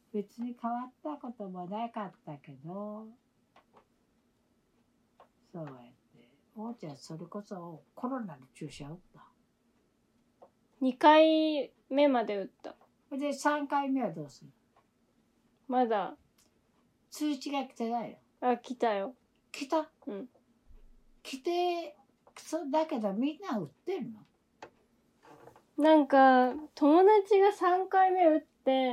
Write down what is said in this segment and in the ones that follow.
別に変わったこともなかったけど、そうやって、おうちゃんそれこそコロナの注射打った。 2回目まで打った。 で、3回目はどうする？ まだ。 通知が来てないよ。 あ、来たよ。 来た？ うん。 来て、だけどみんな打ってるの？ なんか、友達が3回目打って、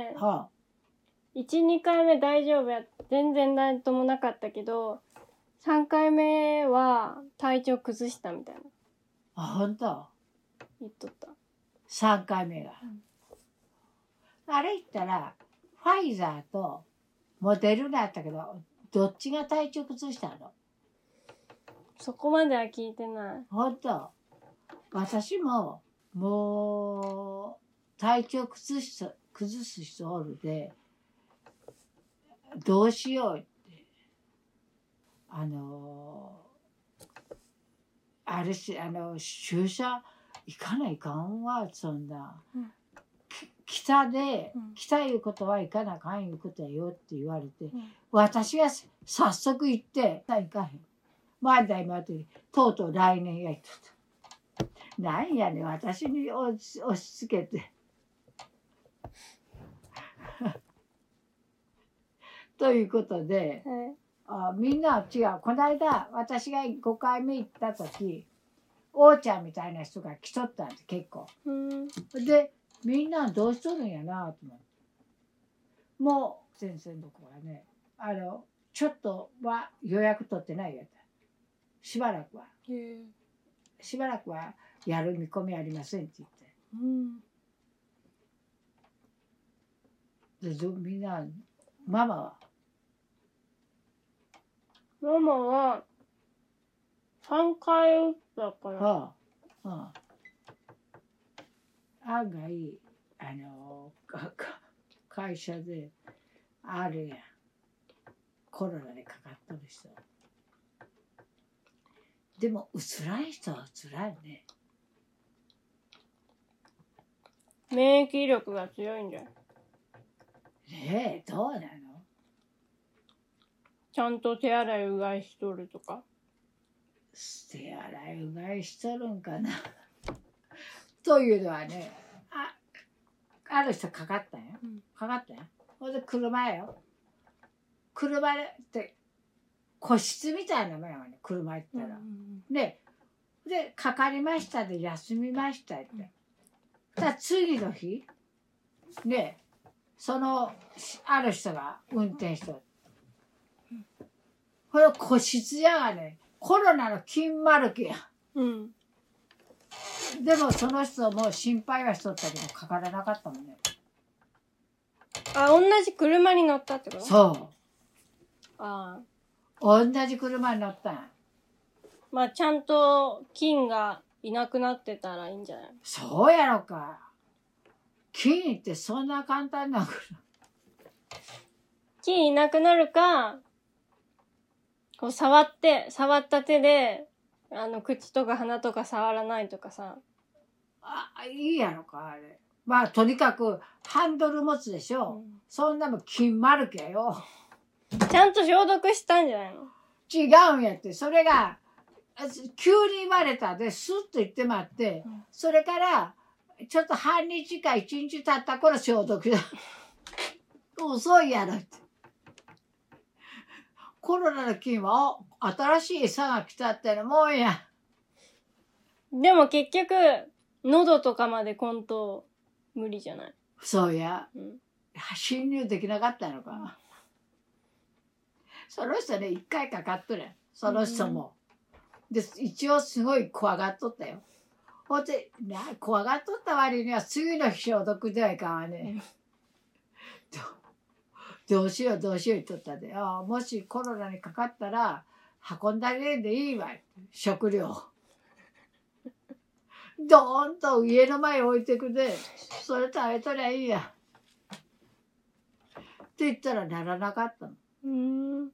はあ、 1、2回目大丈夫や、全然なんともなかったけど、3回目は体調崩したみたいな。 あ、ほんと？ 言っとった。 3回目が。あれ言ったら、ファイザーとモデルナやったけど、どっちが体調崩したの？ そこまでは聞いてない。 ほんと？私も、もう、体調崩す人おるで、どうしようって。あれし、注射行かないかんわ、そんな。北いうことは行かなあかんいうことやよって言われて、私が早速行って、行かへん。前だ今ってとうとう来年やっとった。なんやねん、私に押し付けて。ということで、みんなは違う。この間、私が5回目行った時、おうちゃんみたいな人が来とったんです、結構。で、みんなどうしとるんやなと思って。もう、先生のとこはね、ちょっとは予約取ってないやつ。しばらくはやる見込みありませんって言って。で、みんな、ママは 3回打ったから。 案外、会社であるやん。コロナにかかっとる人。でも、うつらい人はうつらいね。 免疫力が強いんじゃない？ ねえ、どうなの？ ちゃんと手洗いうがいしとるとか。 手洗いうがいしとるんかな。というのはね、ある人かかったんよ。かかったんよ。ほんで車よ。車って個室みたいなもんやわね、車行ったら。で、かかりましたで休みましたって。次の日、ね、ある人が運転しとる。これ個室やがね、コロナの金丸家や。でもその人も心配はしとったけどかからなかったもんね。 あ、同じ車に乗ったってこと？ そう。 ああ。 同じ車に乗ったん。 まあちゃんと菌がいなくなってたらいいんじゃない？ そうやろか。菌ってそんな簡単なこと。 菌いなくなるか、こう触った手で、口とか鼻とか触らないとかさ。 いいやろか、あれ。まあ、とにかく、ハンドル持つでしょ。そんなもん金丸けよ。 ちゃんと消毒したんじゃないの？ 違うんやって。それが、急に言われたで、スッと言ってまって、それから、ちょっと半日か一日経った頃消毒だ。遅いやろって。コロナの菌は、新しい餌が来たってのもんや。 でも結局、喉とかまで来んと無理じゃない？ そうや。侵入できなかったのか。その人ね、一回かかっとるやん。その人も。で、一応すごい怖がっとったよ。ほんで、怖がっとった割には次の日消毒ではいかんわね。どうしよう言っとったで。もしコロナにかかったら運んだりでいいわ。食料。ドーンと家の前置いてくで、それ食べとりゃいいや。って言ったらならなかったの。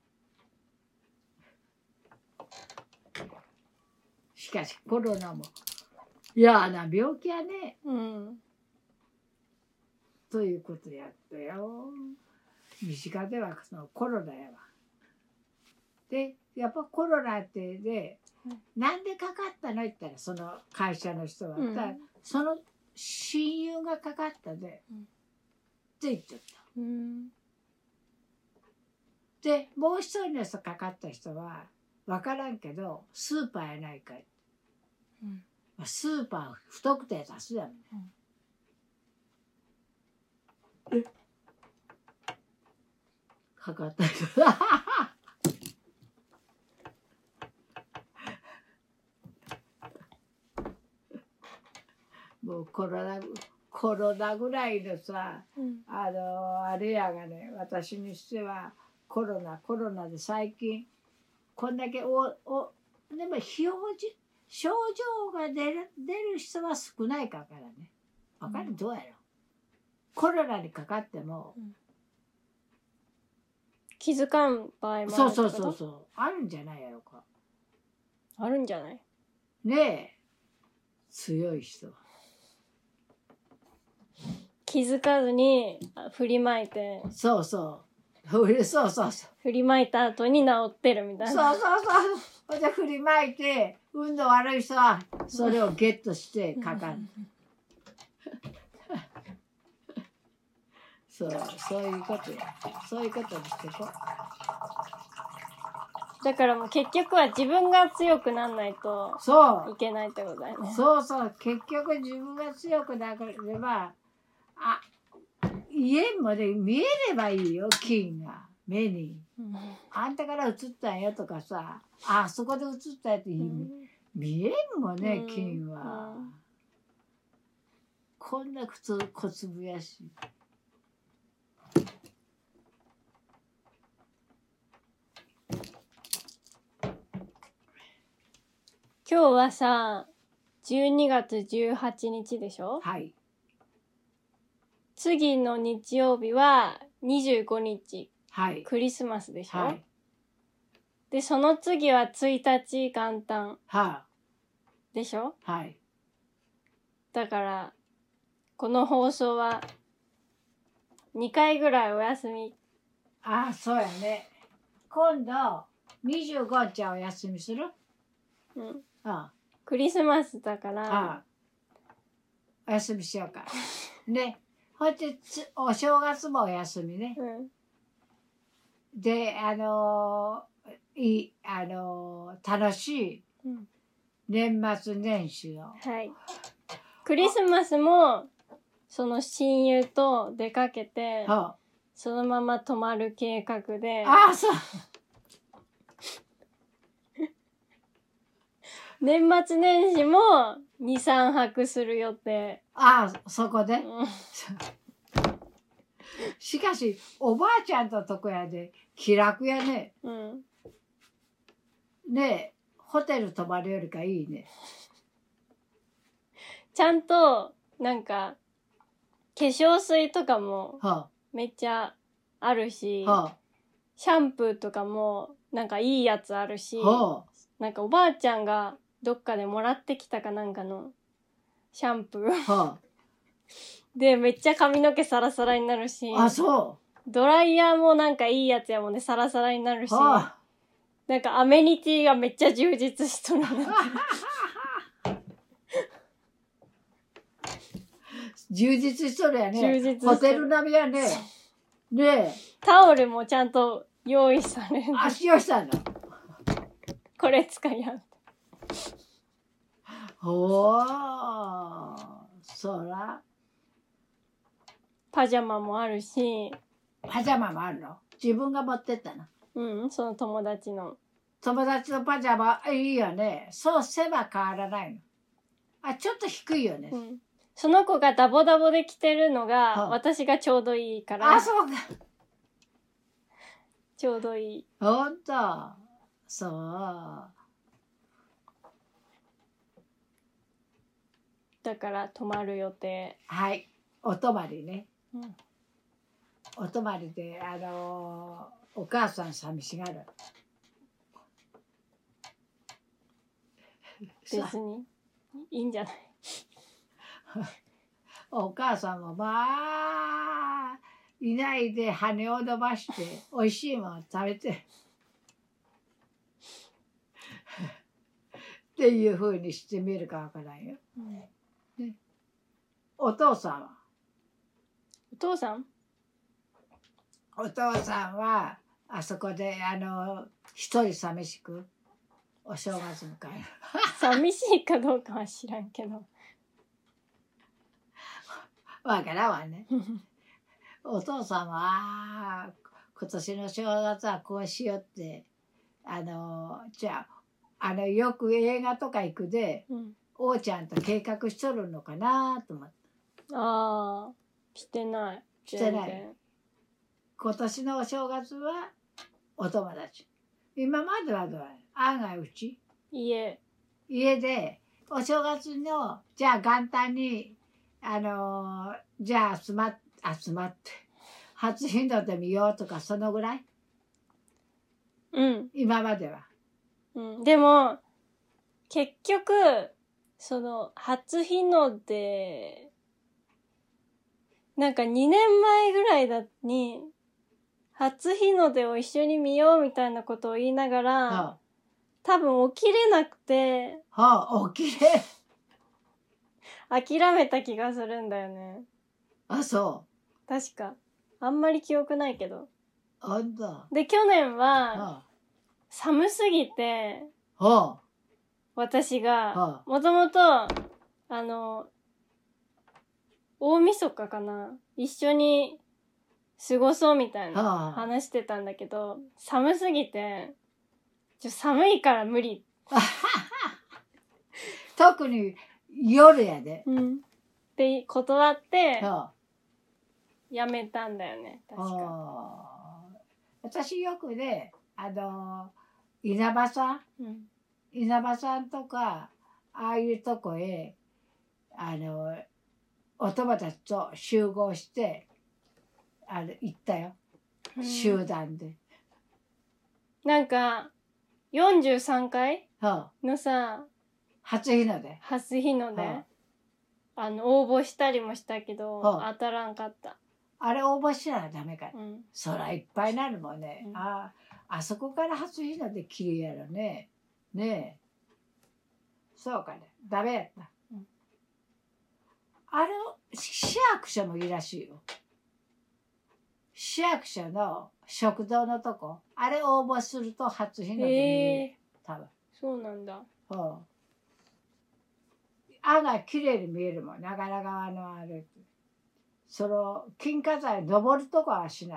しかしコロナも嫌な病気やね。ということやったよ。 身近ではそのコロナやわ。でやっぱコロナってで、なんでかかったのって言ったらその会社の人は、その親友がかかったで、って言っちゃった。でもう一人の人かかった人は分からんけどスーパーやないかい、スーパー不特定多数やもんね、かかった人もうコロナぐらいのさ、あれやがね、私にしてはコロナで最近こんだけでも症状が出る人は少ないからね。わかる、どうやろ。コロナにかかっても、 気づかん場合もある。 そうあるんじゃないやろか。 あるんじゃない。 ねえ、強い人。 気づかずに振りまいて。 振りまいた後に治ってるみたいな。 そうで振りまいて運の悪い人はそれをゲットしてかかるそういうことや。そういうことにしてこう。 だからもう結局は自分が強くなんないといけないってことだよね。 結局自分が強くなければ家まで見えればいいよ、菌が目に、あんたから映ったんよとかさ、あそこで映ったやつ見えんもんね、菌は、こんな普通小粒やし。 今日はさ12月18日でしょ。 はい。 次の日曜日は25日、 はい、 クリスマスでしょ、 はい、 でその次は1日元旦、でしょ、 はい、 だからこの放送は2回ぐらいお休み。 そうやね。今度25日はお休みする。 クリスマスだから、 お休みしようかね。ほんでお正月もお休みね、で楽しい年末年始を、 クリスマスもその親友と出かけて、そのまま泊まる計画で、年末年始も 2,3 泊する予定。 そこで、しかしおばあちゃんととこやで気楽やね、ねえ、ホテル泊まるよりかいいね。 ちゃんとなんか化粧水とかもめっちゃあるし、シャンプーとかもなんかいいやつあるし、なんかおばあちゃんがどっかでもらってきたかなんかのシャンプーでめっちゃ髪の毛サラサラになるし、ドライヤーもなんかいいやつやもんね、サラサラになるし、なんかアメニティがめっちゃ充実しとるな充実しとるやね。ホテル並みやね。 タオルもちゃんと用意される。 用意したんだ。 これ使いやん。 そら。 パジャマもあるし。 パジャマもあるの？自分が持ってったの？ その友達の。 友達のパジャマいいよね。そうせば変わらないの。ちょっと低いよね。 その子がダボダボで着てるのが私がちょうどいいから。 そうか。 ちょうどいい。 ほんと。そう。 だから泊まる予定。 はい。お泊まりね。お泊まりでお母さん寂しがる。 別にいいんじゃない。 お母さんもまあいないで羽を伸ばしておいしいもの食べてっていうふうにしてみるかわからんよ。ね、お父さんはお父さんはあそこで一人寂しくお正月迎える。 寂しいかどうかは知らんけど。 わからんわね。お父さんは今年の正月はこうしようってじゃあよく映画とか行くで、王ちゃんと計画しとるのかなと思って。 ああ、してない。 してない。今年のお正月はお友達。今まではどうや案外うち家でお正月のじゃあ元旦にじゃあ集まって初日の出見ようとかそのぐらい。今までは。 でも結局その初日の出なんか2年前ぐらいに初日の出を一緒に見ようみたいなことを言いながら、多分起きれなくて、諦めた気がするんだよね。 あ、そう。 確か。あんまり記憶ないけど。 あんだ。 で、去年は、寒すぎて、私が、もともと、大晦日かな一緒に過ごそうみたいな話してたんだけど、寒すぎて、寒いから無理。 特に夜やで。 で、断って、やめたんだよね、確か。 私よくね、稲葉さんとか、ああいうとこへ、お友達と集合して、行ったよ。集団で。 なんか、43回のさ、 初日の出。 応募したりもしたけど、当たらんかった。 あれ応募したらダメか。そらいっぱいなるもんね。あそこから初日の出きれいやろね。ねえ。そうかね。ダメやった。市役所もいいらしいよ。市役所の食堂のとこ、あれ応募すると初日の出見れる。多分。 そうなんだ。 案外綺麗に見えるもん。長良川のあれ。金華山登るとこはしない。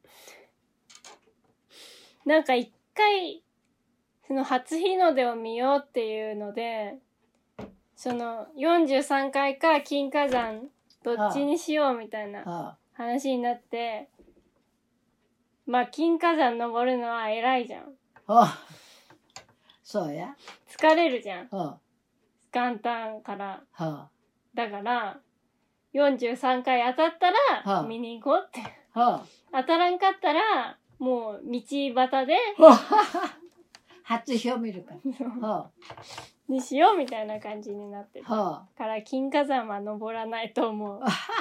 なんか一回、その初日の出を見ようっていうので、その43階か金華山どっちにしようみたいな話になって、まあ金華山登るのは偉いじゃん。 そうや。 疲れるじゃん。元旦から。だから、43回当たったら見に行こうって。当たらんかったら、もう道端で初日を見るから。 にしようみたいな感じになってた。から金華山は登らないと思う。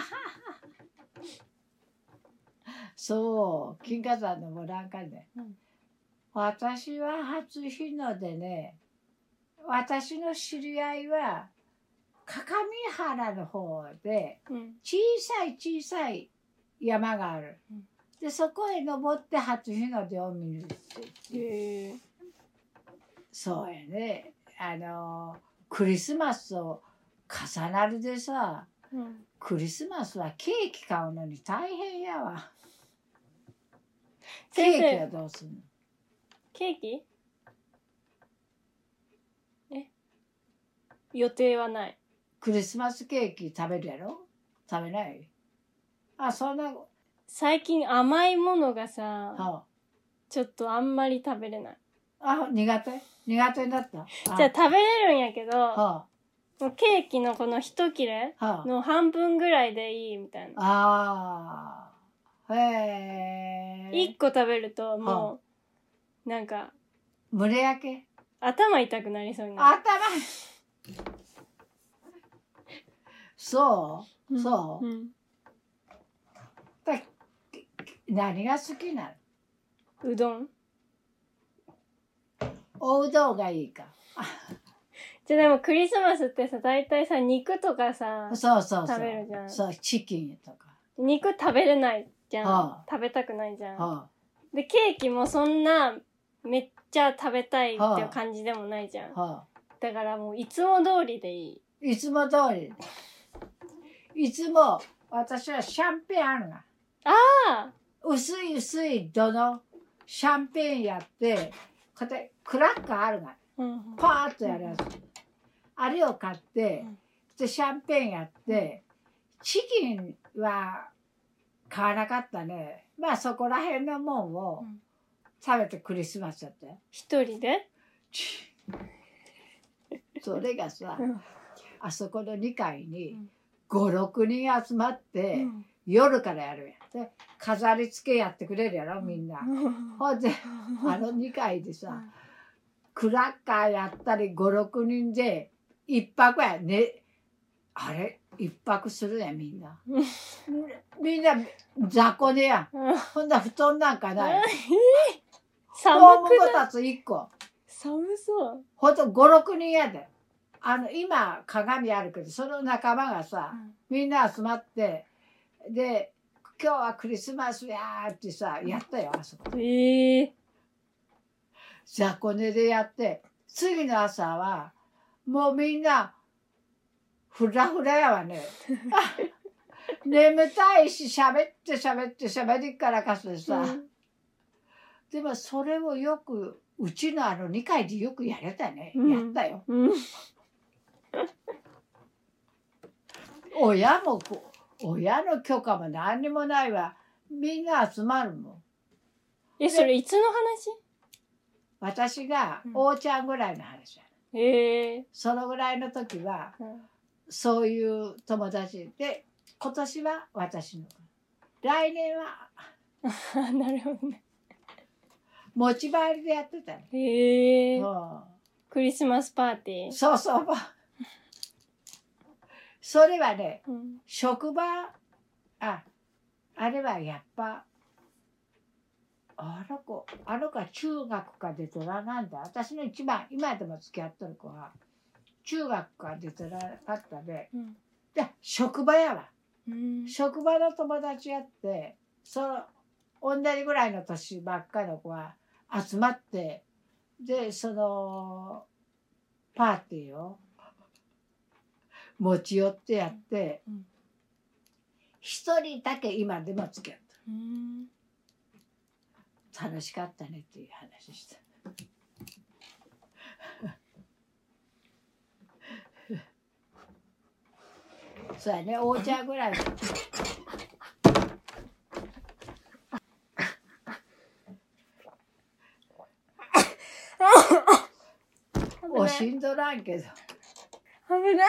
そう、金華山登らんかね。私は初日の出ね、私の知り合いは各務原の方で小さい山がある。でそこへ登って初日の出を見るっていう。そうやね。クリスマスと重なるでさ、クリスマスはケーキ買うのに大変やわ。ケーキはどうすんの？ ケーキ？予定はない。 クリスマスケーキ食べるやろ？食べない？そんな。 最近甘いものがさ、ちょっとあんまり食べれない。 苦手になった？じゃあ食べれるんやけど、ケーキのこの一切れの半分ぐらいでいいみたいな。1個食べるともうなんか胸焼け？ 頭痛くなりそうになる。 そう？ 何が好きなの？ うどん。 おうどんがいいか。 じゃあでもクリスマスってさ、大体さ、肉とかさ、 そうそうそう。 食べるじゃん。 そう、チキンとか。 肉食べれないじゃん。 はあ、 食べたくないじゃん。 はあ、 で、ケーキもそんな、めっちゃ食べたいっていう感じでもないじゃん。 はあ、 だからもういつも通りでいい。 いつも通り。いつも私はシャンペーンあるが。 ああ、 薄い薄い度のシャンペーンやって、こうやってクラッカーあるが。パーッとやるやつ。あれを買って、でシャンペーンやって、チキンは買わなかったね。まあそこら辺のもんを食べてクリスマスだったよ。 一人でそれがさ、あそこの2階に5、6人集まって、夜からやるやん。で、飾り付けやってくれるやろ、みんな。ほんで、あの2階でさ、クラッカーやったり5、6人で一泊やね。あれ一泊するやんみんな。みんな雑魚寝やん。ほんな布団なんかない。 寒ホームくない？ こたつ1個。 寒そう。 ほんと5、6人やで。今鏡あるけど、その仲間がさ、みんな集まって、で、今日はクリスマスやーってさ、やったよ、あそこ。雑魚寝でやって、次の朝は、もうみんな、ふらふらやわね。眠たいし、喋ってりっからかすでさ。でもそれをよく、うちの2階でよくやれたね。やったよ。親の許可も何にもないわ。みんな集まるもん。 それいつの話？ 私が、おーちゃんぐらいの話や。そのぐらいの時は、そういう友達で、今年は私の。来年は、 なるほどね。 持ち回りでやってたね。 クリスマスパーティー。 そうそう。それはね、職場、あれはやっぱ、あの子は中学か出とらなんだ。私の一番、今でも付き合っとる子は、中学か出とらなかったで、で、職場やわ。職場の友達やって、同じぐらいの年ばっかりの子は集まって、で、パーティーを持ち寄ってやって、一人だけ今でも付き合った。楽しかったねっていう話した。そうやね、お茶ぐらい。おしんどらんけど。 危ない。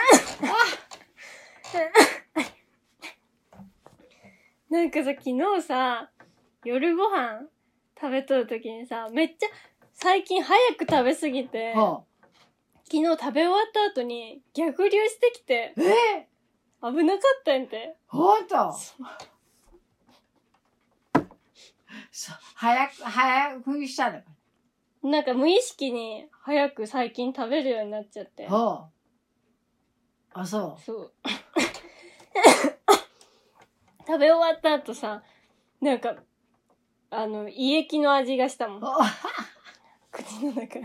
なんかさ、昨日さ、夜ご飯食べとるときにさ、めっちゃ最近早く食べすぎて、昨日食べ終わった後に逆流してきて、危なかったんて。 ほんと？早くしたのか。 なんか無意識に早く最近食べるようになっちゃって。 あ、そう。 そう。食べ終わった後さ、なんか、胃液の味がしたもん。口の中。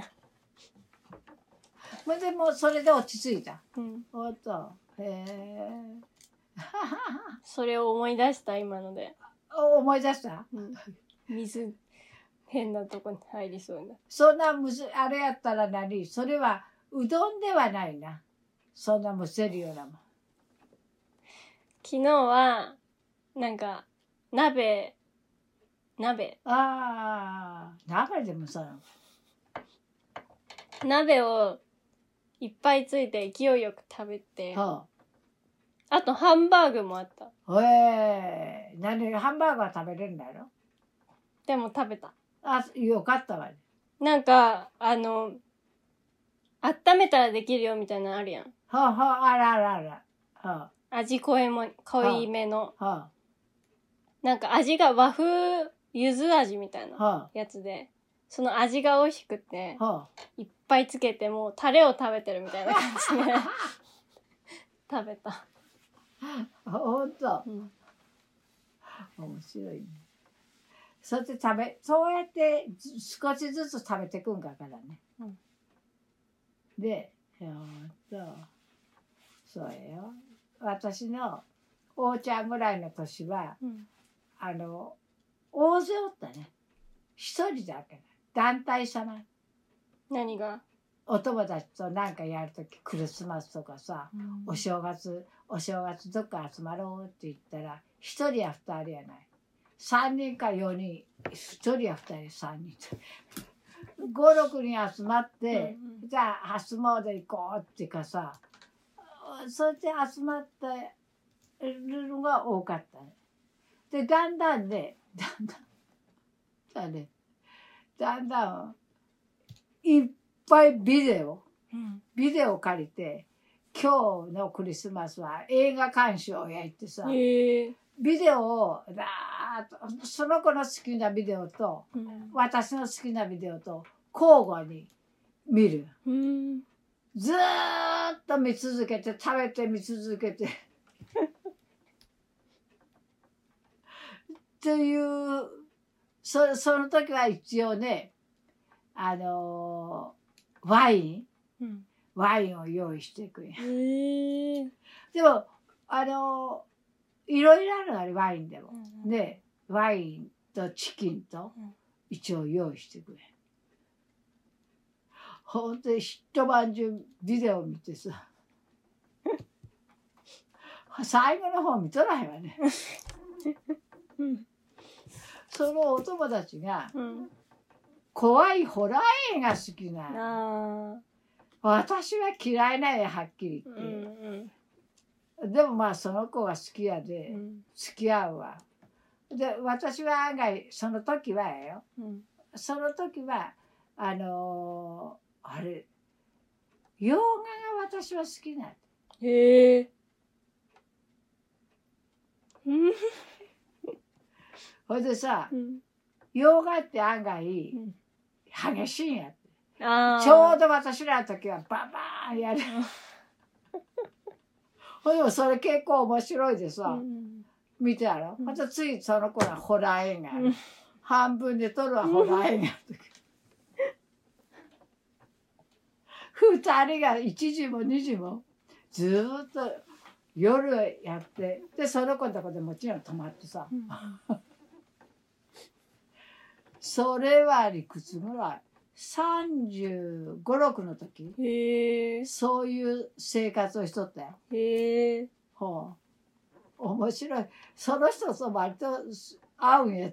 でもそれで落ち着いた。 ほんと。へえ。 それを思い出した今ので。 思い出した？ 水、変なとこに入りそうな。 そんなあれやったらそれはうどんではないな。そんなむせるようなもん。 昨日は、なんか、鍋。 鍋でもさ。 鍋をいっぱいついて勢いよく食べて。あとハンバーグもあった。 ハンバーグは食べれるんだろ？ でも食べた。 よかったわね。 なんか、温めたらできるよみたいなのあるやん。 あら。 味濃いめの。 なんか味が和風柚子味みたいなやつで、その味が美味しくて、いっぱいつけてもうタレを食べてるみたいな感じで食べた。 ほんと、面白いね。そうやって少しずつ食べてくんだからね。で、そうよ。私のおーちゃんぐらいの年は、大勢おったね。一人だけ。団体様。 何が？ お友達と何かやるとき、クリスマスとかさ、お正月どっか集まろうって言ったら、一人や二人やない。3人か4人、一人や二人、3人。5、6人集まって、じゃあ初詣行こうっていうかさ、それで集まってるのが多かったね。で、だんだんいっぱいビデオ借りて、今日のクリスマスは映画鑑賞やってさ、ビデオをその子の好きなビデオと、私の好きなビデオと交互に見る。ずーっと見続けて、食べて見続けてっていう、その時は一応ね、ワインを用意してくれ。でもいろいろあるのあれ、ワインでも。で、ワインとチキンと一応用意してくれ。ほんとに一晩中ビデオ見てさ。最後の方見とらへんわね。そのお友達が、怖いホラー映画好きな。私は嫌いなんや、はっきり言って。でもまあその子が好きやで、付き合うわ。で、私は案外、その時はよ。その時は、あれ、洋画が私は好きなん。 へえ。 ほいでさ、洋画って案外、激しいんやって。ちょうど私らの時はバンバーンやる。ほいでもそれ結構面白いでさ、見てやろ。またついその子らホラー映画。半分で撮るわ、ホラー映画。2人が1時も2時もずーっと夜やって、でその子のとこでもちろん泊まってさ、それはいくつぐらい35、6の時、そういう生活をしとったよ。ほう、面白い。その人と割と合うんやって。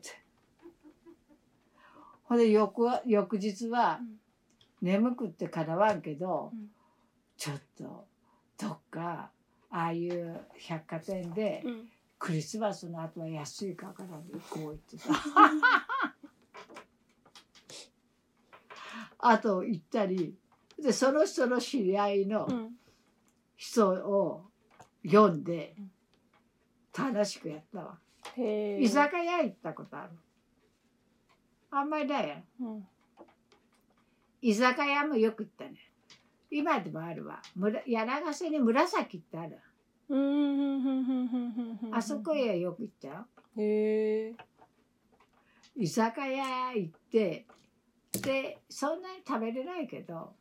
ほんで翌日は眠くってかなわんけど、ちょっとどっかああいう百貨店で、クリスマスの後は安いから行こうってさ。あと行ったりで、その人の知り合いの人を読んで楽しくやったわ。居酒屋行ったことある？あんまりないや。居酒屋もよく行ったね。今でもあるわ。柳ヶ瀬に紫ってある。あそこへよく行ったよ。居酒屋行って、でそんなに食べれないけど、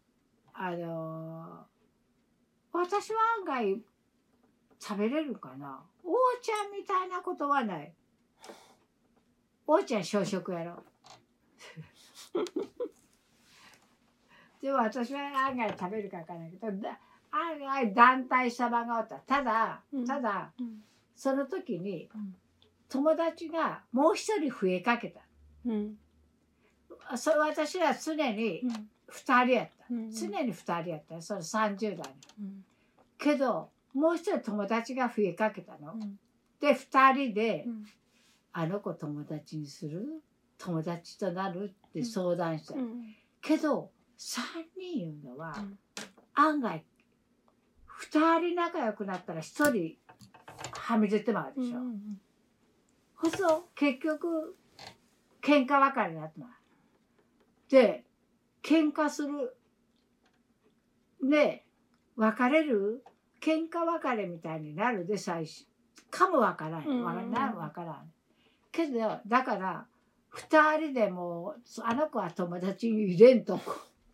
私は案外食べれるかな。おーちゃんみたいなことはない。おーちゃん小食やろ。でも私は案外食べるかわからないけど、案外団体様がおった。ただ、その時に友達がもう一人増えかけた。私は常に2人やった。常に2人やった。その30代の。けどもう一人友達が増えかけたの。で2人で、あの子友達にする？友達となる？って相談した。けど3人いうのは、案外2人仲良くなったら1人はみ出てまうでしょ。 結局喧嘩別れだったの。で喧嘩するで別れる喧嘩別れみたいになるで最初かもわからんわからんけどだから2人でもあの子は友達に入れんとこ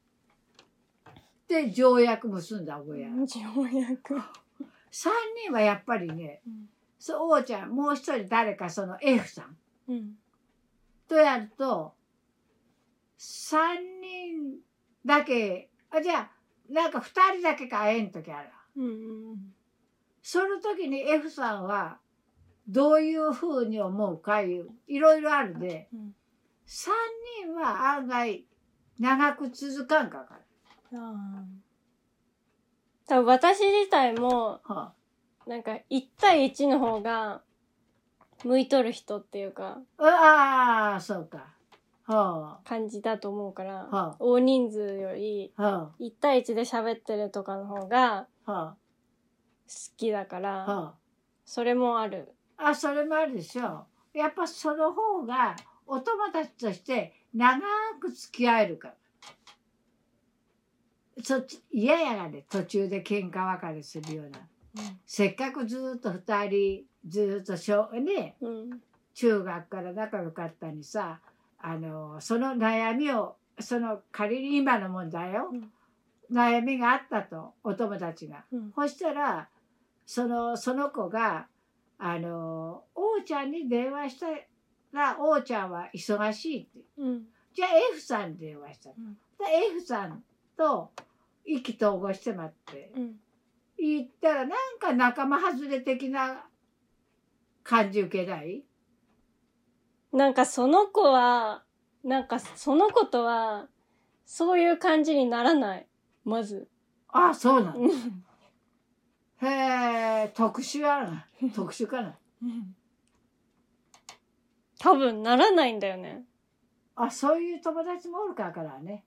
で条約結んだ覚えや条約 3人はやっぱりね、王ちゃんもう一人誰かその F さん、とやると3人だけじゃあなんか2人だけか会えん時ある、その時に F さんはどういうふうに思うかいろいろあるで、3人は案外長く続かんかから。 多分私自体も、なんか1対1の方が向いとる人っていうか、 そうか。 感じだと思うから、大人数より1対1で喋ってるとかの方が好きだから、それもある。 それもあるでしょ。やっぱその方がお友達として長く付き合えるから。嫌やがね、途中で喧嘩別れするような。せっかくずっと2人ずっとね、中学から仲良かったにさ、その悩みを仮に今の問題よ、悩みがあったとお友達が、そしたらその子が王ちゃんに電話したら王ちゃんは忙しいって、じゃあ F さんに電話した、F さんと意気投合して待って、言ったらなんか仲間外れ的な感じ受けない？ なんかその子はその子とはそういう感じにならない、まず。 そうなの。へえ、特殊かな。 多分ならないんだよね。 そういう友達もおるからね。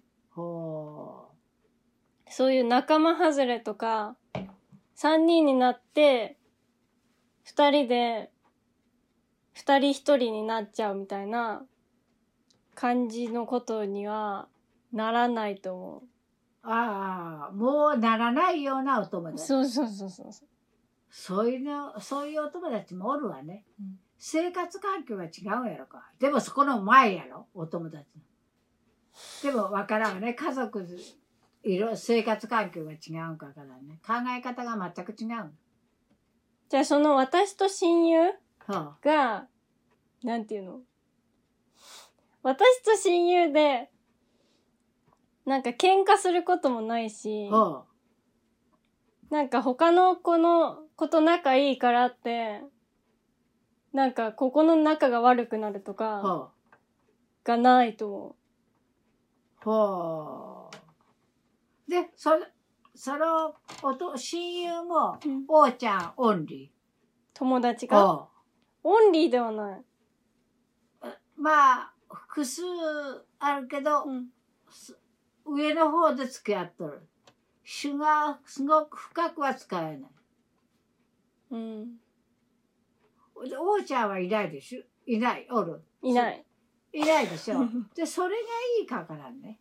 そういう仲間外れとか、3人になって2人で2人1人になっちゃうみたいな感じのことにはならないと思う。 もうならないようなお友達。 そう。 そういうお友達もおるわね。生活環境が違うんやろか。でもそこの前やろ、お友達の。でも分からんわね、家族生活環境が違うんかからね。考え方が全く違う。 じゃあその私と親友が、なんていうの？私と親友で、なんか喧嘩することもないし、なんか他の子の子と仲いいからって、なんかここの仲が悪くなるとか、がないと思う。で、その親友も、王ちゃんオンリー。 友達がオンリーではない。 まあ、複数あるけど、上の方で付き合っとる。主がすごく深くは使えない。王ちゃんはいないでしょ？いない、おる。 いない。 いないでしょ。で、それがいいかからね。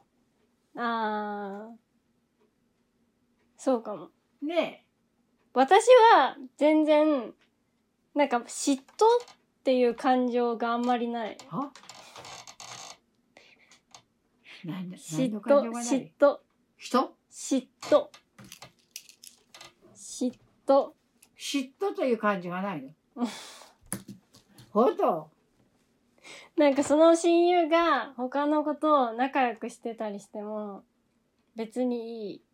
そうかも。 ねえ。 私は全然、なんか嫉妬っていう感情があんまりない。嫉妬。 嫉妬という感じがないの？ほんと？ なんかその親友が他の子と仲良くしてたりしても別にいい。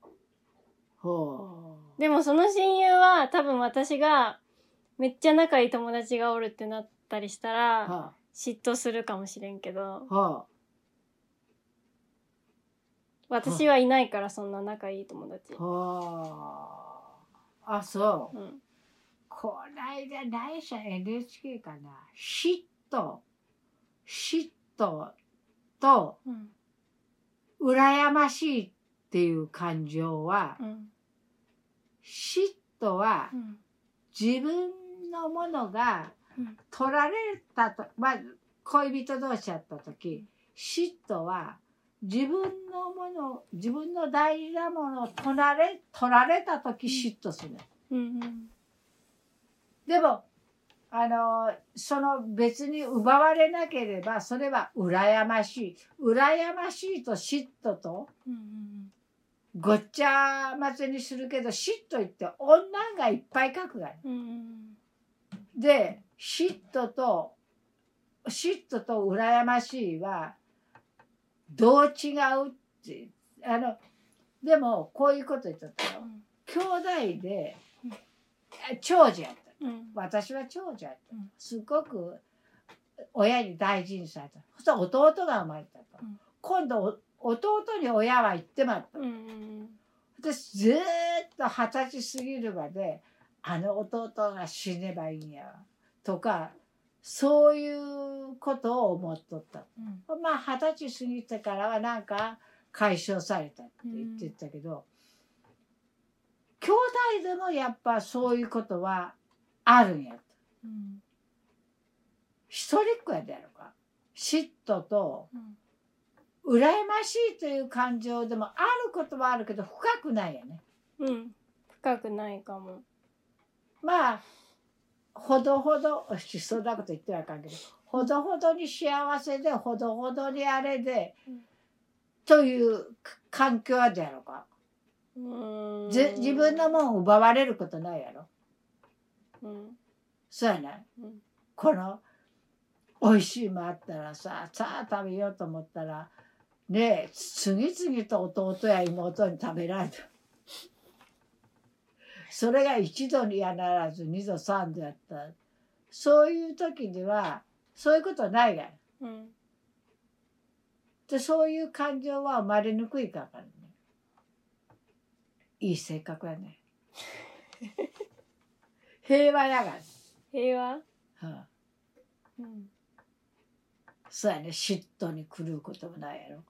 でもその親友は多分私がめっちゃ仲いい友達がおるってなったりしたら嫉妬するかもしれんけど、私はいないからそんな仲いい友達。 そう。こないだ何社 NHK かな。嫉妬と羨ましいっていう感情は、嫉妬は自分のものが取られたと、まあ恋人同士やった時、嫉妬は自分のもの、自分の大事なものを取られた時嫉妬する。でもその別に奪われなければそれは羨ましい。羨ましいと嫉妬とごっちゃ混ぜにするけど、嫉妬って女がいっぱい書くがい。で嫉妬と羨ましいはどう違うって、でもこういうこと言っとったよ。兄弟で長女やった。私は長女やった。すごく親に大事にされた。そしたら弟が生まれたと。今度弟に親は言ってまった。私ずーっと20歳過ぎるまで弟が死ねばいいんやとか、そういうことを思っとった。まあ20歳過ぎてからはなんか解消されたって言ってたけど、兄弟でもやっぱそういうことはあるんやと。一人っ子やでやろか。嫉妬と羨ましいという感情でもあることはあるけど深くないよね。 深くないかも。 まあほどほどそんなこと言ってはあかんけど、ほどほどに幸せでほどほどにあれで、という環境やでやろか。自分のもん奪われることないやろ。そうやない。このおいしいもんあったらさあ食べようと思ったらねえ、次々と弟や妹に食べられた。それが一度にやならず二度三度やった。そういう時にはそういうことないが、でそういう感情は生まれにくいからね。いい性格やね。平和やがら。 平和？ そうやね。嫉妬に狂うこともないやろ。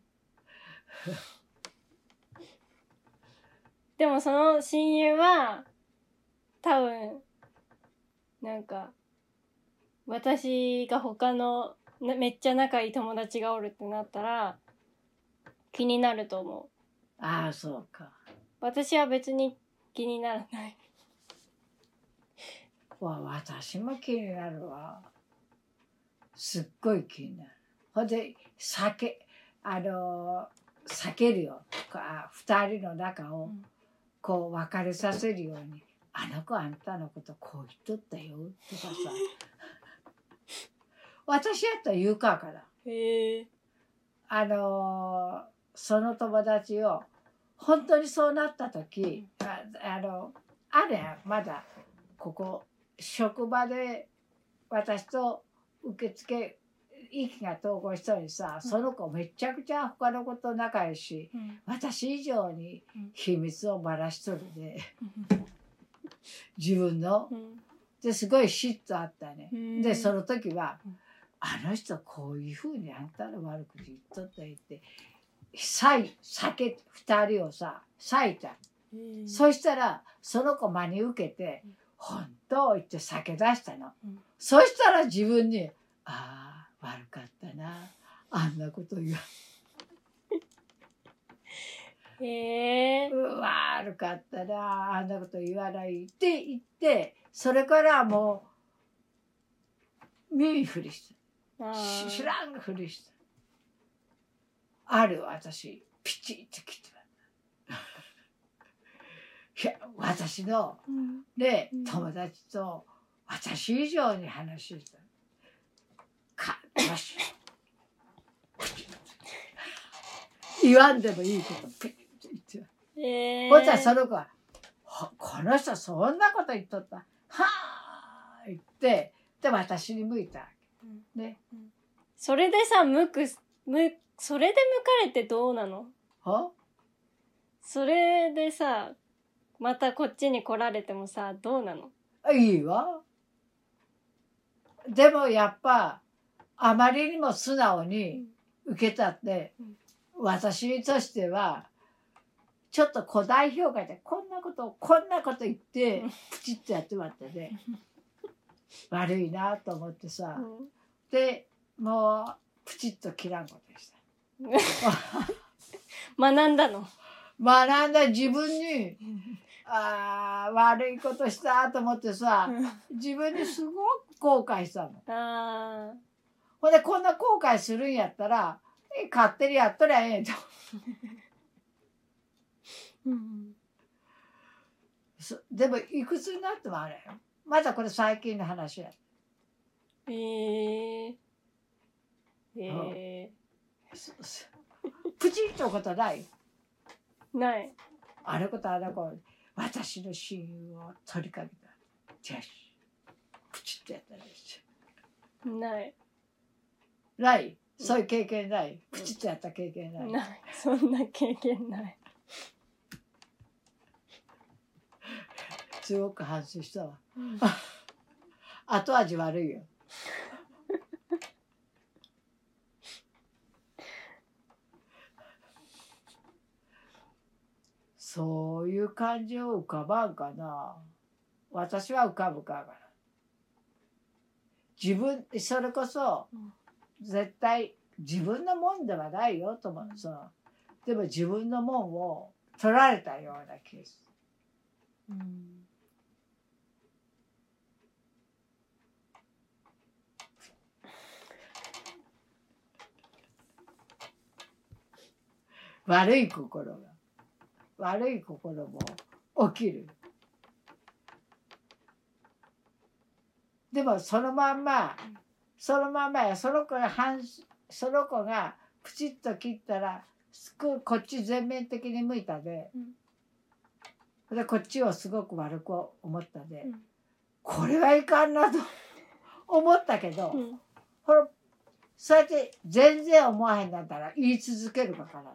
でもその親友は多分なんか私が他のめっちゃ仲いい友達がおるってなったら気になると思う。 ああ、そうか。 私は別に気にならない。 私も気になるわ。すっごい気になる。ほんで避けるよ。二人の仲をこう別れさせるように、あの子あんたのことこう言っとったよとかさ。私やったら言うから。その友達を本当にそうなった時、あれまだここ職場で私と受付意気が投稿したのにさ、その子めちゃくちゃ他の子と仲良し、私以上に秘密をばらしとるで、自分の。ですごい嫉妬あったね。でその時はあの人こういうふうにあんたの悪口言っとった言って2人をさ裂いた。そしたらその子真に受けて本当言って酒出したの。そしたら自分にああ悪かったな、あんなこと言わ悪かったな、あんなこと言わないって言って、それからもう耳ふりして知らんふりしてある私ピチッてきていや私のね友達と私以上に話をしたよし言わんでもいいことピッて言って、ほんとはその子はこの人そんなこと言っとった、はあ言ってで私に向いたわけ、ね。 それでさそれで向かれてどうなの？それでさまたこっちに来られてもさどうなの？ いいわ。でもやっぱあまりにも素直に受けたって、私としてはちょっと古代評価でこんなこと言ってプチッとやってまったね。 悪いなと思ってさ、でもうプチッと切らんことにした。 学んだの？ 学んだ。自分に悪いことしたと思ってさ、自分にすごく後悔したの。ほんでこんな後悔するんやったら勝手にやっとりゃええと。でもいくつになってもあれよ。まだこれ最近の話や。プチッとことない？ ない。 あれことあれこ私の親友を取りかけた。じゃしプチッとやったらいいし。 ない。 ない？そういう経験ない？プチッとやった経験ない？ ない。そんな経験ない。 すごく反省したわ。後味悪いよ。そういう感情浮かばんかな。私は浮かぶから。自分それこそ絶対自分のもんではないよと思う。でも自分のもんを取られたようなケース。悪い心も起きる。でもそのまんまやその子がプチッと切ったらこっち全面的に向いたで、でこっちをすごく悪く思ったで、これはいかんなと思ったけど、そうやって全然思わへんだったら言い続けるかからん。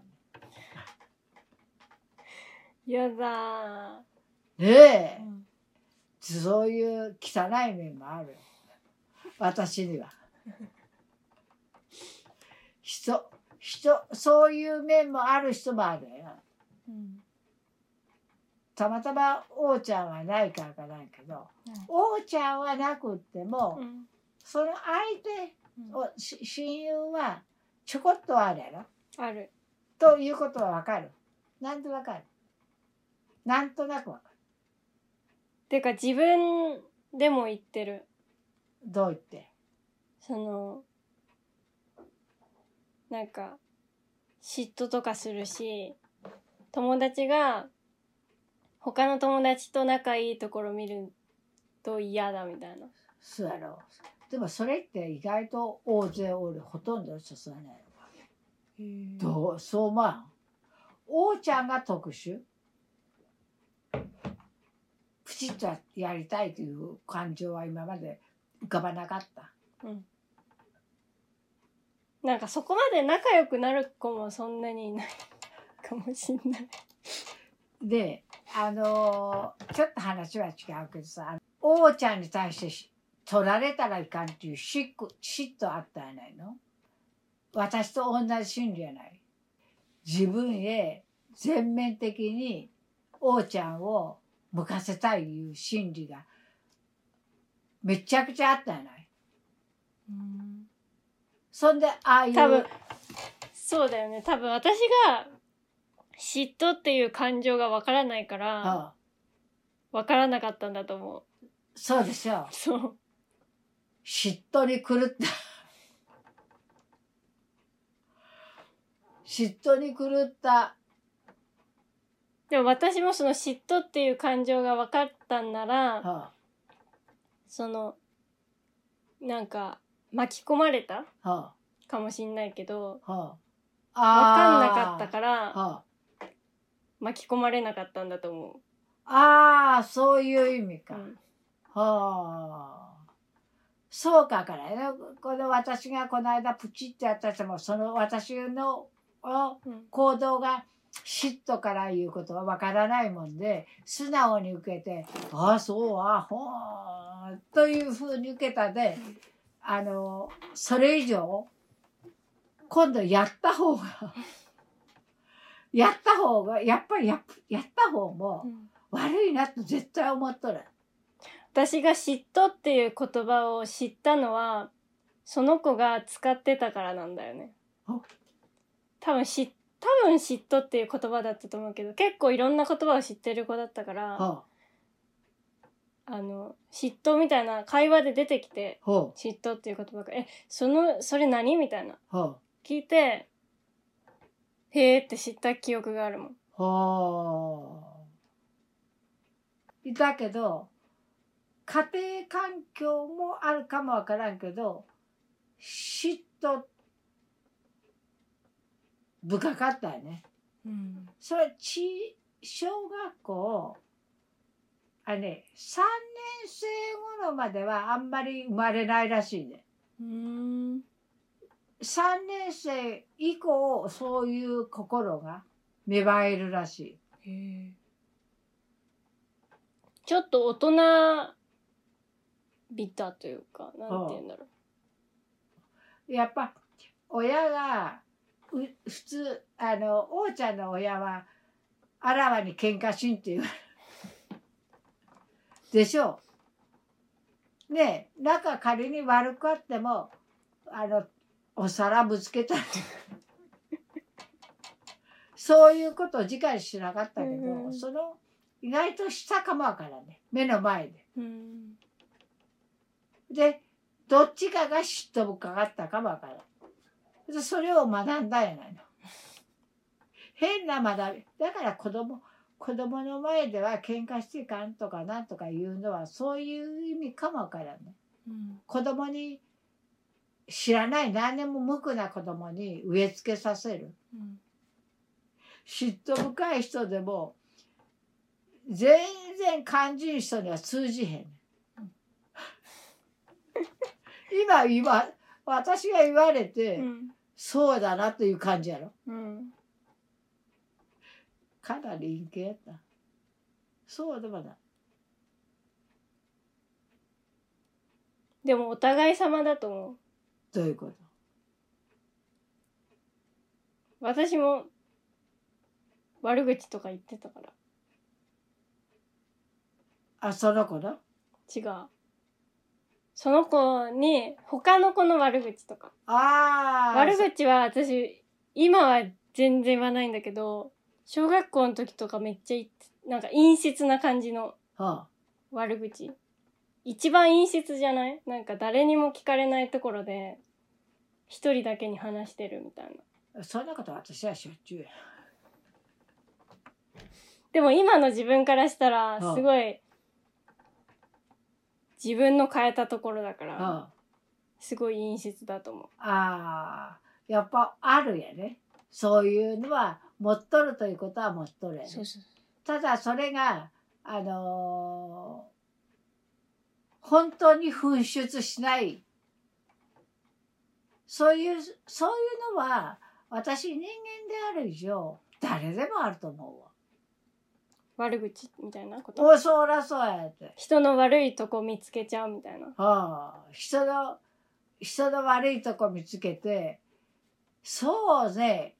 やだねえ、そういう汚い面もある。私には。そういう面もある人もあるよ。たまたま王ちゃんはないからかないけど、王ちゃんはなくっても、その相手、親友はちょこっとあるやろ。 ある。 ということはわかる。なんでわかる？なんとなくわかる。 てか自分でも言ってる。 どう言って？ なんか嫉妬とかするし、友達が他の友達と仲いいところ見ると嫌だみたいな。 そうやろ。でもそれって意外と大勢おる。ほとんどの人そうやないの。そう思わん？王ちゃんが特殊？プチッとやりたいという感情は今まで浮かばなかった。 なんかそこまで仲良くなる子もそんなにいないかもしんない。 で、ちょっと話は違うけどさ、王ちゃんに対して取られたらいかんっていう嫉妬あったんやないの？私と同じ心理やない。自分へ全面的に王ちゃんを向かせたいいう心理がめちゃくちゃあったんやない。そんで多分そうだよね。多分私が嫉妬っていう感情がわからないからわからなかったんだと思う。 そうでしょ。 そう。 嫉妬に狂った嫉妬に狂った。 でも私もその嫉妬っていう感情が分かったんなら、なんか巻き込まれた、かもしんないけど、分かんなかったから、巻き込まれなかったんだと思う。 ああ、そういう意味か。そうかからね。この私がこの間プチってやった人もその私の行動が嫉妬からいうことはわからないもんで素直に受けて「ああそうというふうに受けたでそれ以上今度やった方がやっぱりやった方も悪いなと絶対思っとる。 私が嫉妬っていう言葉を知ったのはその子が使ってたからなんだよね。多分嫉妬っていう言葉だったと思うけど、結構いろんな言葉を知ってる子だったから、嫉妬みたいな会話で出てきて、嫉妬っていう言葉がそれ何みたいな、聞いてへーって知った記憶があるもん。 だけど家庭環境もあるかもわからんけど、嫉妬深かったよね。それ小学校3年生頃まではあんまり生まれないらしいね。3年生以降そういう心が芽生えるらしい。 ちょっと大人びたというか、なんて言うんだろう。やっぱ親が普通王ちゃんの親はあらわに喧嘩しんって言われるでしょう。ねえ、仲仮に悪くあってもお皿ぶつけたりそういうことを自戒しなかったけど、その意外としたかもわからね、目の前で。でどっちかが嫉妬深かったかもわからない。それを学んだんやないの。変な学びだから子供の前では喧嘩していかんとかなんとか言うのはそういう意味かもわからない。子供に知らない何年も無垢な子供に植え付けさせる。嫉妬深い人でも全然肝心人には通じへん。今私が言われて、そうだなという感じやろ。かなり陰険やった。そうでもない。 でもお互い様だと思う。 どういうこと？ 私も悪口とか言ってたから。 あ、その子の？ 違う。その子に他の子の悪口とか。悪口は私今は全然言わないんだけど、小学校の時とかめっちゃなんか陰湿な感じの悪口。一番陰湿じゃない？なんか誰にも聞かれないところで一人だけに話してるみたいな。そんなこと私はしょっちゅうや。 でも今の自分からしたらすごい自分の変えたところだからすごい陰湿だと思う。 やっぱあるやね。そういうのは持っとるということは持っとるやね。ただそれが本当に噴出しない。そういうのは私人間である以上誰でもあると思うわ。 悪口みたいなこと？ そらそうやって。 人の悪いとこ見つけちゃうみたいな。 人の悪いとこ見つけて、そうね、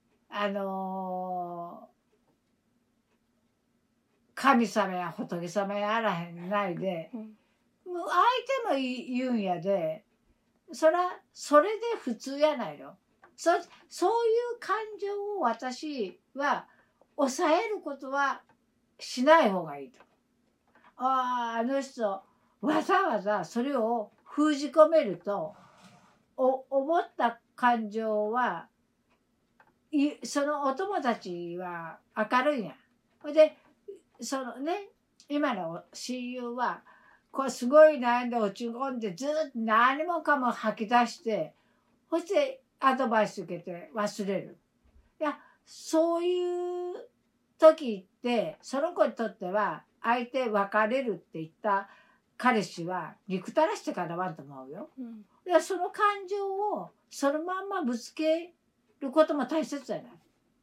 神様や仏様やあらへんないで、もう相手も言うんやで、それで普通やないの。そういう感情を私は抑えることはしない方がいいと。あの人わざわざそれを封じ込めると思った感情はそのお友達は明るいんや。でそのね、今の親友はこれすごい悩んで落ち込んでずっと何もかも吐き出して、そしてアドバイス受けて忘れる。いや、そういう時ってその子にとっては相手別れるって言った彼氏は憎たらしてかなわんと思うよ。でその感情をそのまんまぶつけることも大切じゃない。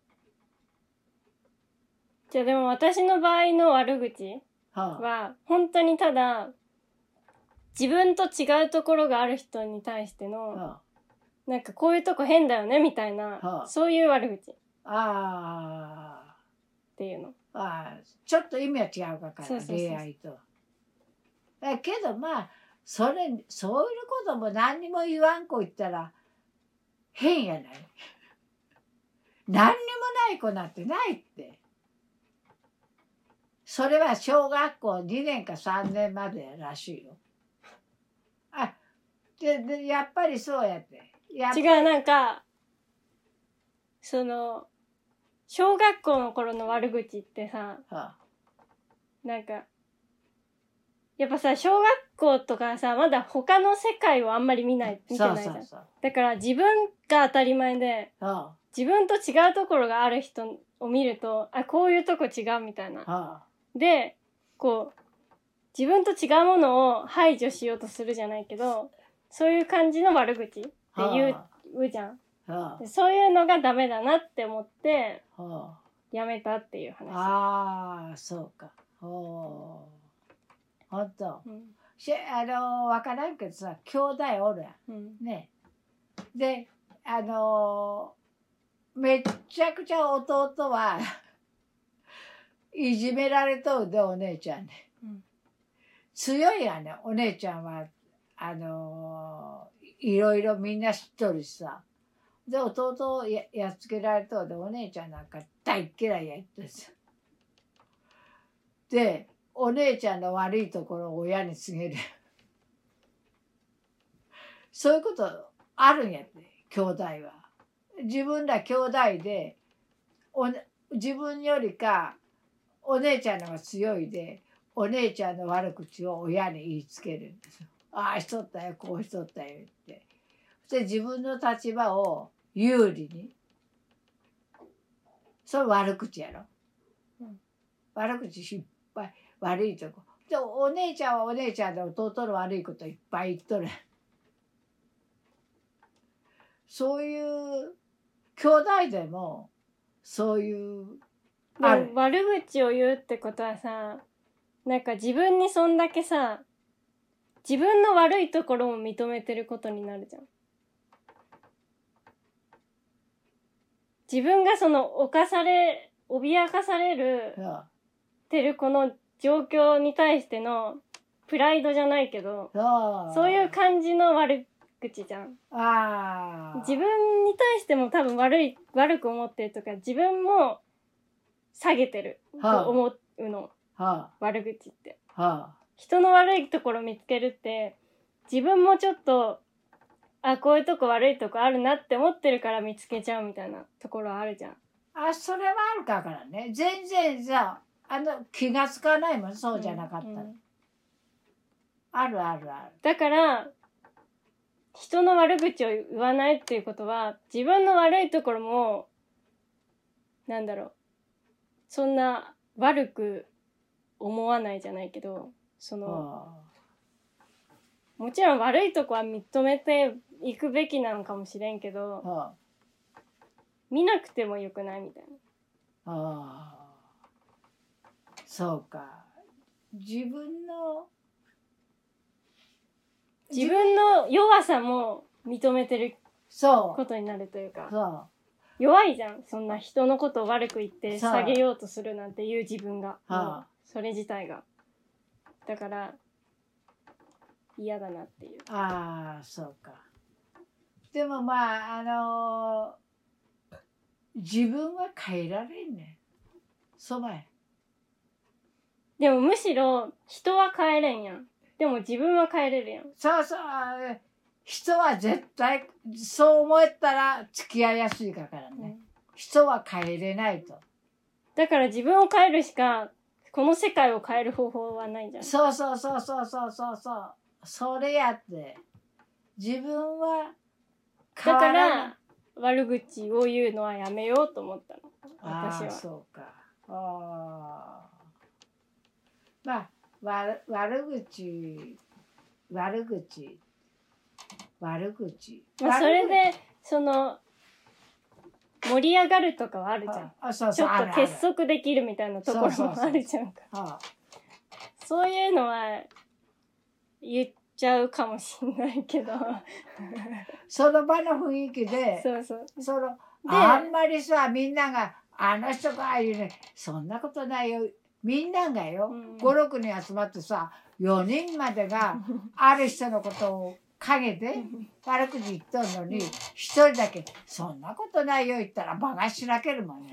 じゃあでも私の場合の悪口は本当にただ自分と違うところがある人に対してのなんかこういうとこ変だよねみたいな、そういう悪口っていうの。 ちょっと意味は違うから恋愛と。 だけどまあそういうことも何にも言わん子言ったら変やない。何にもない子なんてないって。それは小学校2年か3年までらしいよ。あ、でやっぱりそうやって。 違う、なんか、その、小学校の頃の悪口ってさ、なんか、やっぱさ、小学校とかさ、まだ他の世界をあんまり見てないじゃん。だから自分が当たり前で、自分と違うところがある人を見ると、あ、こういうとこ違うみたいな。で、こう、自分と違うものを排除しようとするじゃないけど、そういう感じの悪口って言うじゃん。そういうのがダメだなって思って、やめたっていう話。 ああ、そうか。ほんと。わからんけどさ、兄弟おるやん。ね。で、めっちゃくちゃ弟はいじめられとるで、お姉ちゃんね。強いやね、お姉ちゃんは。いろいろみんな知っとるしさ。で、弟をやっつけられとるで、お姉ちゃんなんか大嫌いやってさ。で、お姉ちゃんの悪いところを親に告げる。そういうことあるんやって、兄弟は。自分ら兄弟で、自分よりかお姉ちゃんの方が強いで、お姉ちゃんの悪口を親に言いつけるんですよ。ああしとったよ、こうしとったよって。で、自分の立場を有利に。それ悪口やろ。悪口いっぱい、悪いとこ。で、お姉ちゃんはお姉ちゃんで弟の悪いこといっぱい言っとる。そういう兄弟でもそういう悪口を言うってことはさ、なんか自分にそんだけさ、自分の悪いところも認めてることになるじゃん。自分がその脅かされるてるこの状況に対してのプライドじゃないけど、そういう感じの悪口じゃん。自分に対しても多分悪く思ってるとか、自分も下げてると思うの。悪口って。人の悪いところ見つけるって、自分もちょっと、こういうとこ悪いとこあるなって思ってるから見つけちゃうみたいなところあるじゃん。 それはあるからね。全然さ、気がつかないもん、そうじゃなかったら。あるあるある。 だから、人の悪口を言わないっていうことは、自分の悪いところも、なんだろう、そんな悪く思わないじゃないけど、もちろん悪いとこは認めていくべきなのかもしれんけど、見なくてもよくないみたいな。 そうか。自分の弱さも認めてることになるというか、弱いじゃん、そんな人のことを悪く言って下げようとするなんていう自分が、それ自体が。だから嫌だなっていう。 そうか。でもまあ自分は変えられんねん。そばや。 でもむしろ人は変えれんやん。でも自分は変えれるやん。 そうそう。人は絶対そう思ったら付き合いやすいからね。人は変えれないと。 だから自分を変えるしか、この世界を変える方法はないんじゃない？ そう。それやって。自分は変わらない。だから悪口を言うのはやめようと思ったの。私は。 そうか。まあ悪口。まあそれで盛り上がるとかはあるじゃん。ちょっと結束できるみたいなところもあるじゃんか。そういうのは言っちゃうかもしんないけどその場の雰囲気であんまりさみんながあの人が言うね、そんなことないよ、 みんながよ、5、6人集まってさ、4人までがある人のことを陰で悪口言っとんのに、一人だけ、そんなことないよ言ったら場がしらけるもんね。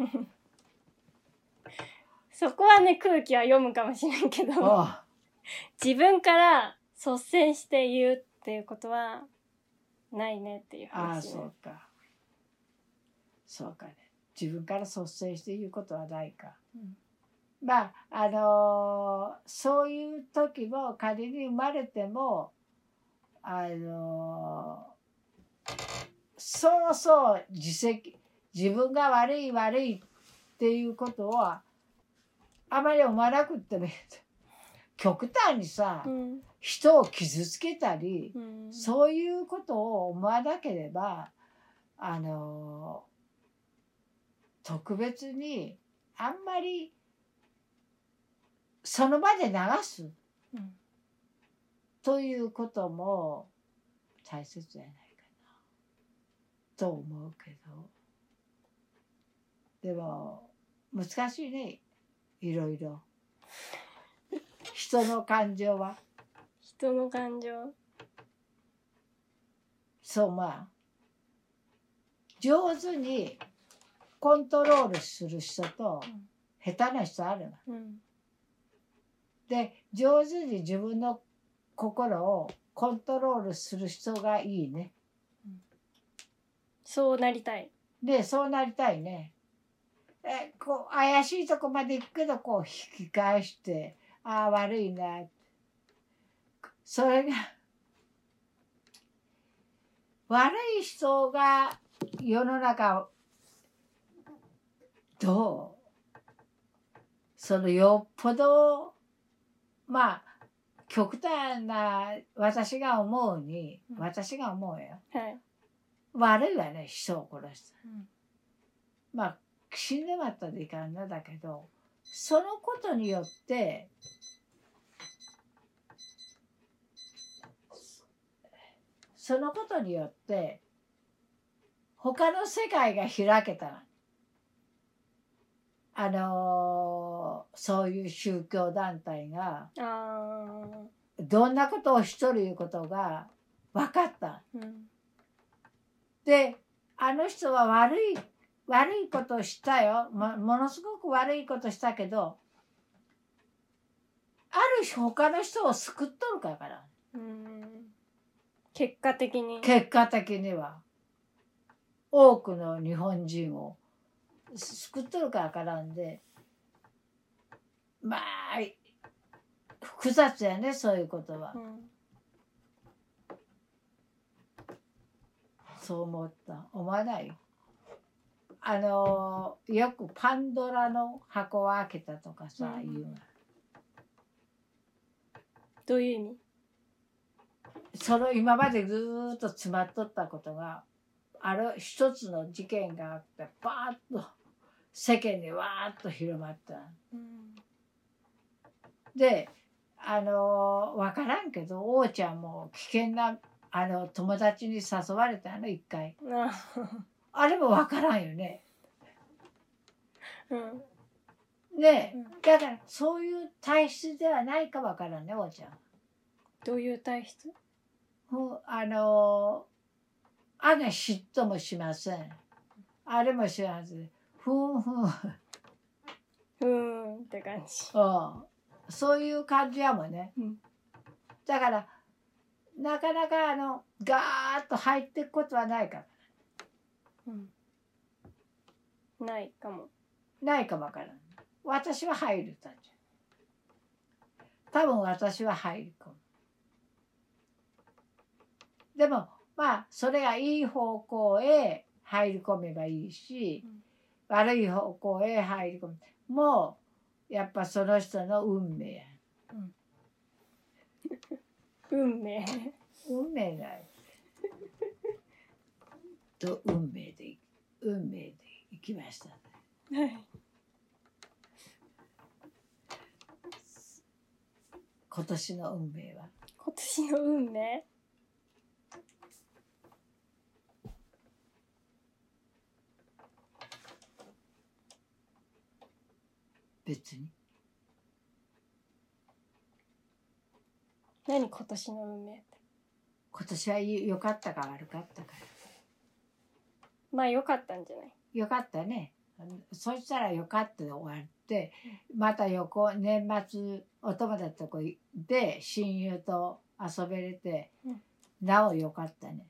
そこはね、空気は読むかもしれんけど、自分から率先して言うっていうことはないねっていう話、ね。 ああ、そうか。そうかね。自分から率先して言うことはないか。まあそういう時も仮に生まれてもそうそう自分が悪いっていうことはあまり思わなくっても極端にさ、人を傷つけたり、そういうことを思わなければ特別にあんまりその場で流す、ということも大切じゃないかなと思うけど、でも難しいね、いろいろ人の感情は。 人の感情、 そう、まあ上手にコントロールする人と下手な人あるわ、で上手に自分の心をコントロールする人がいいね。 そうなりたい。 で、そうなりたいね。こう怪しいとこまで行くけどこう引き返して、ああ悪いな。それが悪い人が世の中どう？そのよっぽどまあ極端な私が思うよ、 はい、 悪いわね、人を殺した、まあ死んでまったでいかんなだけど、そのことによって他の世界が開けた。そういう宗教団体がどんなことをしとるいうことが分かった、であの人は悪いことをしたよ、ものすごく悪いことしたけど、ある種他の人を救っとるから、 結果的には多くの日本人を救っとるからんで、まあ複雑やね、そういうことは、そう思わない？よくパンドラの箱を開けたとかさ、言う。 どういう意味？ 今までずっと詰まっとったことが一つの事件があってバーッと世間にわーっと広まった、で分からんけど、王ちゃんも危険な友達に誘われたの一回あれも分からんよね、ね、だからそういう体質ではないか分からんね、王ちゃん。 どういう体質？ あが嫉妬もしません、あれもしません、ふんって感じ。 そういう感じやもんね、だからなかなかガーッと入っていくことはないから、 ないかもわからん。私は入るたんじゃ、多分私は入り込む。でもまあそれがいい方向へ入り込めばいいし、悪い方向へ入り込むもうやっぱその人の運命や、 運命だよと運命でいきましたね。今年の運命は？別に何今年の運命って。 今年は良かったか悪かったか。 まあ良かったんじゃない？ 良かったね。そしたら良かったで終わって、また年末お友達とこで親友と遊べれて、なお良かったね。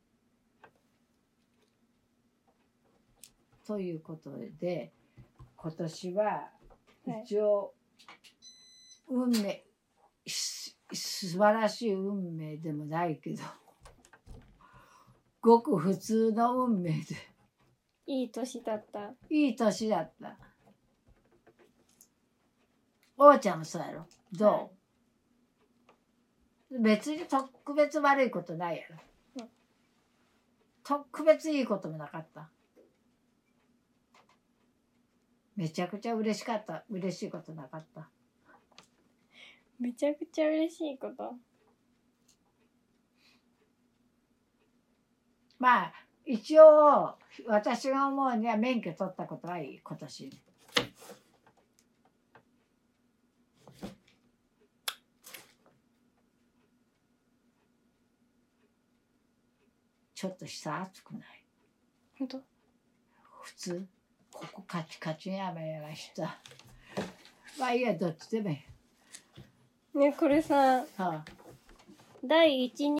ということで今年は一応運命、素晴らしい運命でもないけどごく普通の運命でいい年だった。 いい年だった。おーちゃんもそうやろ。どう、別に特別悪いことないやろ。特別いいこともなかった。めちゃくちゃ嬉しかった。嬉しいことなかった。 めちゃくちゃ嬉しいこと。 まあ一応私が思うには免許取ったことはいい今年。ちょっと下熱くない？ 本当？ 普通ここカチカチやめやがした。まあいいや、どっちでもいい。 ね、これさ、 はあ、 第一